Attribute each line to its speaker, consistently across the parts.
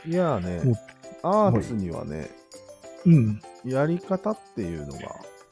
Speaker 1: いやーね、
Speaker 2: も
Speaker 1: アーツにはね、
Speaker 2: う、うん。
Speaker 1: やり方っていうのが、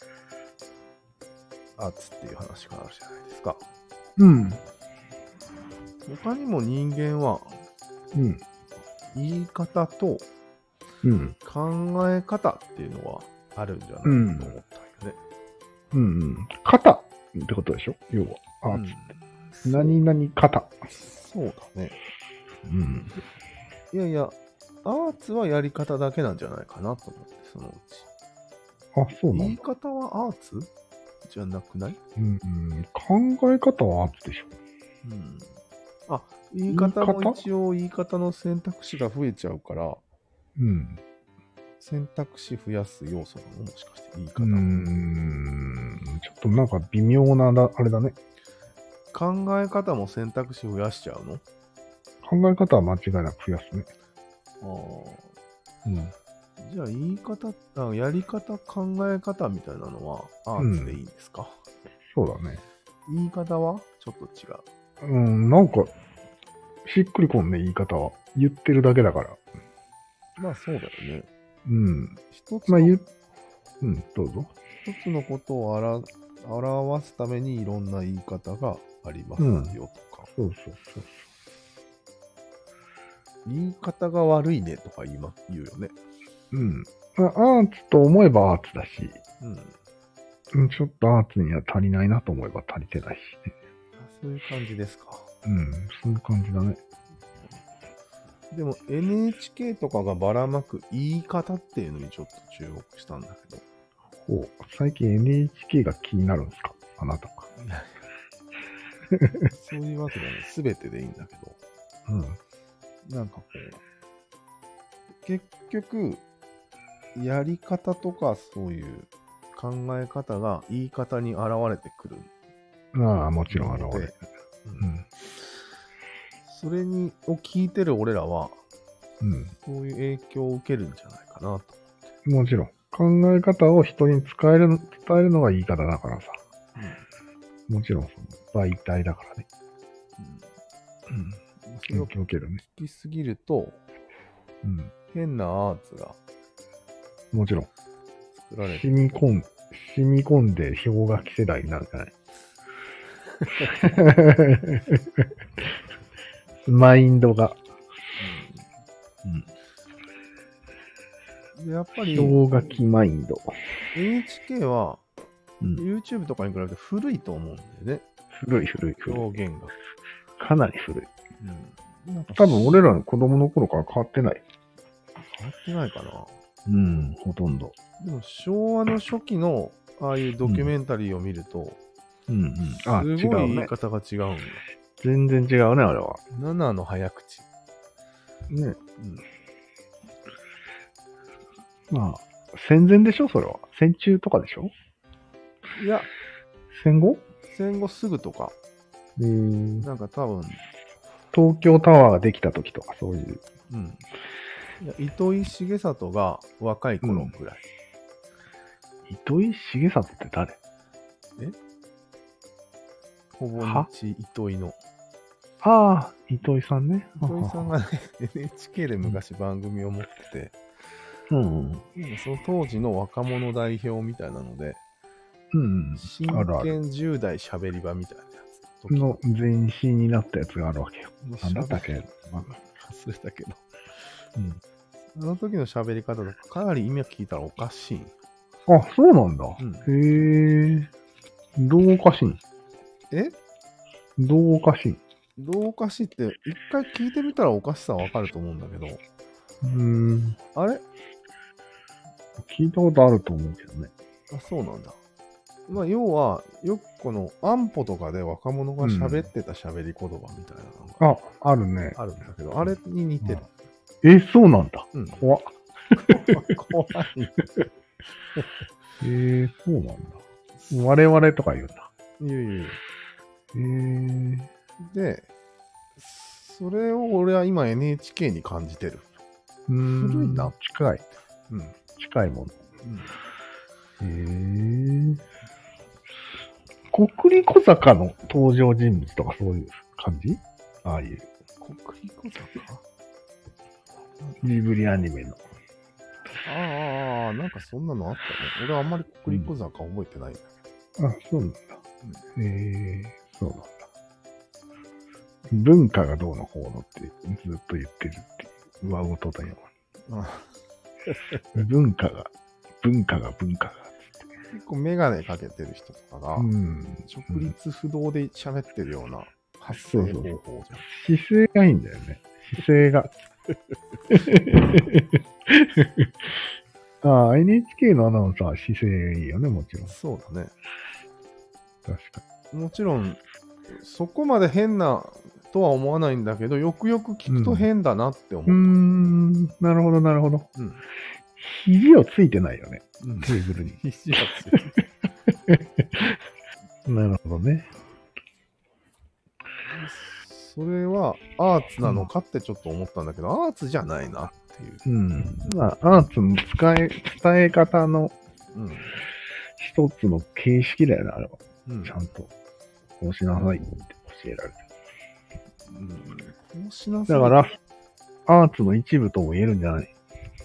Speaker 1: アーツっていう話があるじゃないですか。
Speaker 2: うん。
Speaker 1: 他にも人間は、
Speaker 2: うん。
Speaker 1: 言い方と
Speaker 2: うん。
Speaker 1: 考え方っていうのはあるんじゃないかと思ったんよね。
Speaker 2: うん。型ってことでしょ要は。アーツ。何々型。
Speaker 1: そうだね。
Speaker 2: うん。
Speaker 1: いやいや、アーツはやり方だけなんじゃないかなと思って、そのうち。
Speaker 2: あ、そうな
Speaker 1: 言い
Speaker 2: んだ。
Speaker 1: 方はアーツじゃなくない？
Speaker 2: うん。考え方はアーツでしょ。
Speaker 1: うん。あ、言い方も一応言い方の選択肢が増えちゃうから、
Speaker 2: うん。
Speaker 1: 選択肢増やす要素なの？もしかして言い方。
Speaker 2: ちょっとなんか微妙なあれだね。
Speaker 1: 考え方も選択肢増やしちゃうの？
Speaker 2: 考え方は間違いなく増やすね。
Speaker 1: あ
Speaker 2: うん。
Speaker 1: じゃあ言い方、やり方、考え方みたいなのはアーツでいいんですか？
Speaker 2: そうだね。
Speaker 1: 言い方はちょっと違う。
Speaker 2: なんか、しっくりこんね、言い方は。言ってるだけだから。
Speaker 1: まあそうだよね。
Speaker 2: うん。
Speaker 1: 一つの、
Speaker 2: どうぞ。
Speaker 1: 一つのことを表すためにいろんな言い方がありますよとか。
Speaker 2: そうそうそう。
Speaker 1: 言い方が悪いねとか言うよね。
Speaker 2: アーツと思えばアーツだし、
Speaker 1: うん。
Speaker 2: ちょっとアーツには足りないなと思えば足りてないしね。
Speaker 1: そういう感じですか。
Speaker 2: そういう感じだね。
Speaker 1: でも NHK とかがばらまく言い方っていうのにちょっと注目したんだけど。
Speaker 2: 最近 NHK が気になるんですか？あなたか。
Speaker 1: そういうわけじゃない。すべてでいいんだけど。なんかこう、結局、やり方とかそういう考え方が言い方に現れてくる。
Speaker 2: もちろん現れる。
Speaker 1: それを聞いてる俺らは、そういう影響を受けるんじゃないかなと思って。
Speaker 2: もちろん。考え方を人に伝えるのが言い方だからさ。もちろんその媒体だからね。影響を受けるね。
Speaker 1: 聞きすぎると、変なアーツが
Speaker 2: もちろん。
Speaker 1: 作られて
Speaker 2: 染み込んで氷河期世代になるんじゃない？マインドが。
Speaker 1: でやっぱり
Speaker 2: 氷河期マインド。
Speaker 1: NHK は、YouTube とかに比べて古いと思うんだよね。
Speaker 2: 古い。
Speaker 1: 表現が。
Speaker 2: かなり古い。多分俺らの子供の頃から変わってない。
Speaker 1: 変わってないかな。
Speaker 2: ほとんど。
Speaker 1: でも昭和の初期のああいうドキュメンタリーを見ると、すごい言い方が違うんだ。
Speaker 2: 全然違うね、あれは。
Speaker 1: 7の早口。
Speaker 2: ね。まあ、戦前でしょそれは。戦中とかでしょ？
Speaker 1: いや、
Speaker 2: 戦後
Speaker 1: すぐとか。なんか多分。
Speaker 2: 東京タワーができた時とか、そういう。
Speaker 1: いや糸井重里が若い頃ぐらい。
Speaker 2: 糸井重里って誰？
Speaker 1: ほぼ日糸井の。
Speaker 2: 糸井さんね。
Speaker 1: 糸井さんがね、NHK で昔番組を持ってて、その当時の若者代表みたいなので、真剣10代喋り場みたいなやつ
Speaker 2: の前身になったやつがあるわけよ。なんだったっけ？
Speaker 1: 忘れたけど。あの時の喋り方とかかなり今聞いたらおかしい。
Speaker 2: そうなんだ。へえ。どうおかしいん？どうおかしい？
Speaker 1: どうおかしいって、一回聞いてみたらおかしさはわかると思うんだけど。あれ？
Speaker 2: 聞いたことあると思うけどね。
Speaker 1: そうなんだ。まあ、要は、よくこの安保とかで若者が喋ってた喋り言葉みたいなのが、
Speaker 2: あるね。
Speaker 1: あるんだけど、あれに似てる。
Speaker 2: そうなんだ。怖っ。
Speaker 1: 怖い。
Speaker 2: そうなんだ。我々とか言うんだ。
Speaker 1: で、それを俺は今 NHK に感じてる。古いな。
Speaker 2: 近い。近いもの。国立小坂の登場人物とかそういう感じ？ああいう。
Speaker 1: 国立小坂？
Speaker 2: ジブリアニメの。
Speaker 1: ああ、なんかそんなのあったね。俺はあんまりクリコ坂覚えてないんだけ
Speaker 2: あ、そうなんだ。そうなんだ。文化がどうのこうのってずっと言ってるっていう上事だよ。
Speaker 1: ど。
Speaker 2: 文化が。
Speaker 1: 結構メガネかけてる人とかが、
Speaker 2: うん。
Speaker 1: 直立不動で喋ってるような発声方法じゃん。
Speaker 2: 姿勢がいいんだよね。姿勢が。ああ、NHK のアナウンサーは姿勢いいよね、もちろん。
Speaker 1: そうだね。
Speaker 2: 確か
Speaker 1: もちろん、そこまで変なとは思わないんだけど、よくよく聞くと変だなって思
Speaker 2: に。
Speaker 1: う。
Speaker 2: なるほど、なるほど。
Speaker 1: うん。
Speaker 2: 肘をついてないよね、
Speaker 1: うん。
Speaker 2: テーブルに。
Speaker 1: 必死だつ
Speaker 2: なるほどね。
Speaker 1: それはアーツなのかってちょっと思ったんだけど、アーツじゃないなっていう。
Speaker 2: うん。まあ、アーツの伝え方の
Speaker 1: うん。
Speaker 2: 一つの形式だよね、あれは。
Speaker 1: うん。
Speaker 2: ちゃんと、こうしなさいって教えられて。
Speaker 1: こうしなさい。
Speaker 2: だから、アーツの一部とも言えるんじゃない？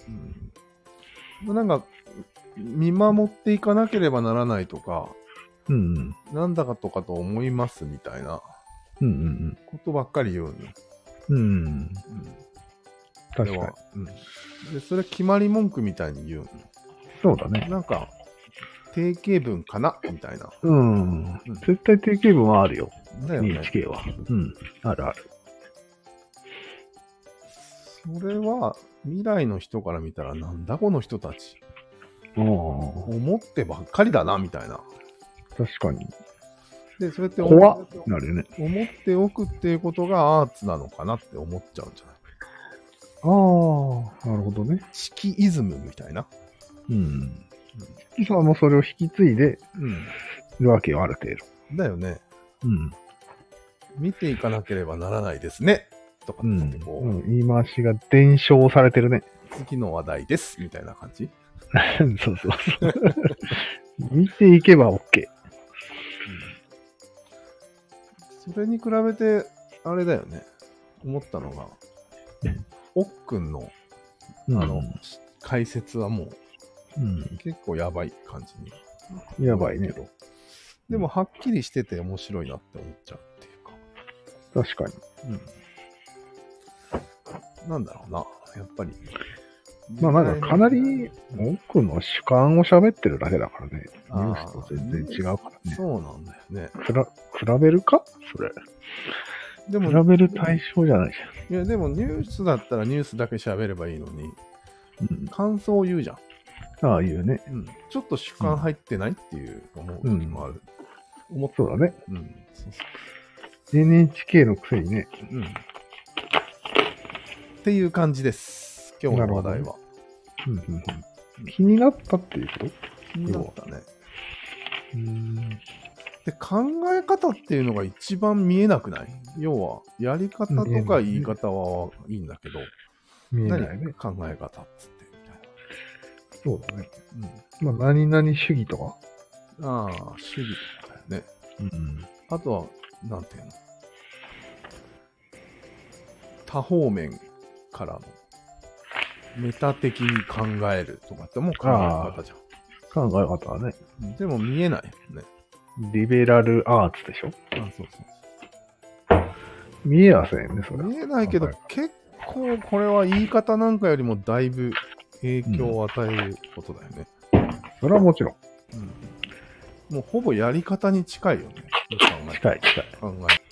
Speaker 1: なんか、見守っていかなければならないとか、
Speaker 2: うん。
Speaker 1: なんだかとかと思いますみたいな
Speaker 2: うん
Speaker 1: ことばっかり言うの。
Speaker 2: うん。確かに。
Speaker 1: で、それ決まり文句みたいに言う
Speaker 2: そうだね。
Speaker 1: の。なんか、定型文かなみたいな。
Speaker 2: 絶対定型文はあるよ。
Speaker 1: だよね。
Speaker 2: NHK は。あるある。
Speaker 1: それは、未来の人から見たらなんだこの人たち。思ってばっかりだな、みたいな。
Speaker 2: 確かに。
Speaker 1: で、それって
Speaker 2: 怖っなるよね。
Speaker 1: 思っておくっていうことがアーツなのかなって思っちゃうんじゃない？
Speaker 2: なるほどね。
Speaker 1: 式イズムみたいな。
Speaker 2: キさんもそれを引き継いでるわけよ、ある程度。
Speaker 1: だよね。見ていかなければならないですね。とかってこう、
Speaker 2: 言い回しが伝承されてるね。
Speaker 1: 次の話題です。みたいな感じ。
Speaker 2: そう。見ていけば OK。
Speaker 1: それに比べて、あれだよね。思ったのが、おっくんの、解説はもう、結構やばい感じに。
Speaker 2: やばいね。
Speaker 1: でも、はっきりしてて面白いなって思っちゃうっていうか。
Speaker 2: 確かに。
Speaker 1: なんだろうな。やっぱり。
Speaker 2: まあなんかかなり奥の主観を喋ってるだけだからね。ニュースと全然違うからね。
Speaker 1: そうなんだよね。
Speaker 2: 比べるかそれ。でも比べる対象じゃないじゃん。
Speaker 1: いやでもニュースだったらニュースだけ喋ればいいのに、感想を言うじゃん。
Speaker 2: ああ、言うね。
Speaker 1: ちょっと主観入ってないっていう思う時もある。
Speaker 2: そうだね。
Speaker 1: そう
Speaker 2: NHK のくせにね。
Speaker 1: っていう感じです。今日の話題は。
Speaker 2: 気になったっていうこと？
Speaker 1: 気になったね。で、考え方っていうのが一番見えなくない？要は、やり方とか言い方はいいんだけど、
Speaker 2: 見えないね。
Speaker 1: 考え方っつってみたいな。
Speaker 2: そうだね。まあ、何々主義とか？
Speaker 1: ああ、主義とかだよね。あとは、なんていうの？多方面からのメタ的に考えるとかってもう考え方じ
Speaker 2: ゃん。考え方はね。
Speaker 1: でも見えないよね。
Speaker 2: リベラルアーツでしょ？
Speaker 1: そう。
Speaker 2: 見えませんね、それ。
Speaker 1: 見えないけど、結構これは言い方なんかよりもだいぶ影響を与えることだよね。
Speaker 2: それはもちろん。
Speaker 1: もうほぼやり方に近いよね。
Speaker 2: 近い。
Speaker 1: 考え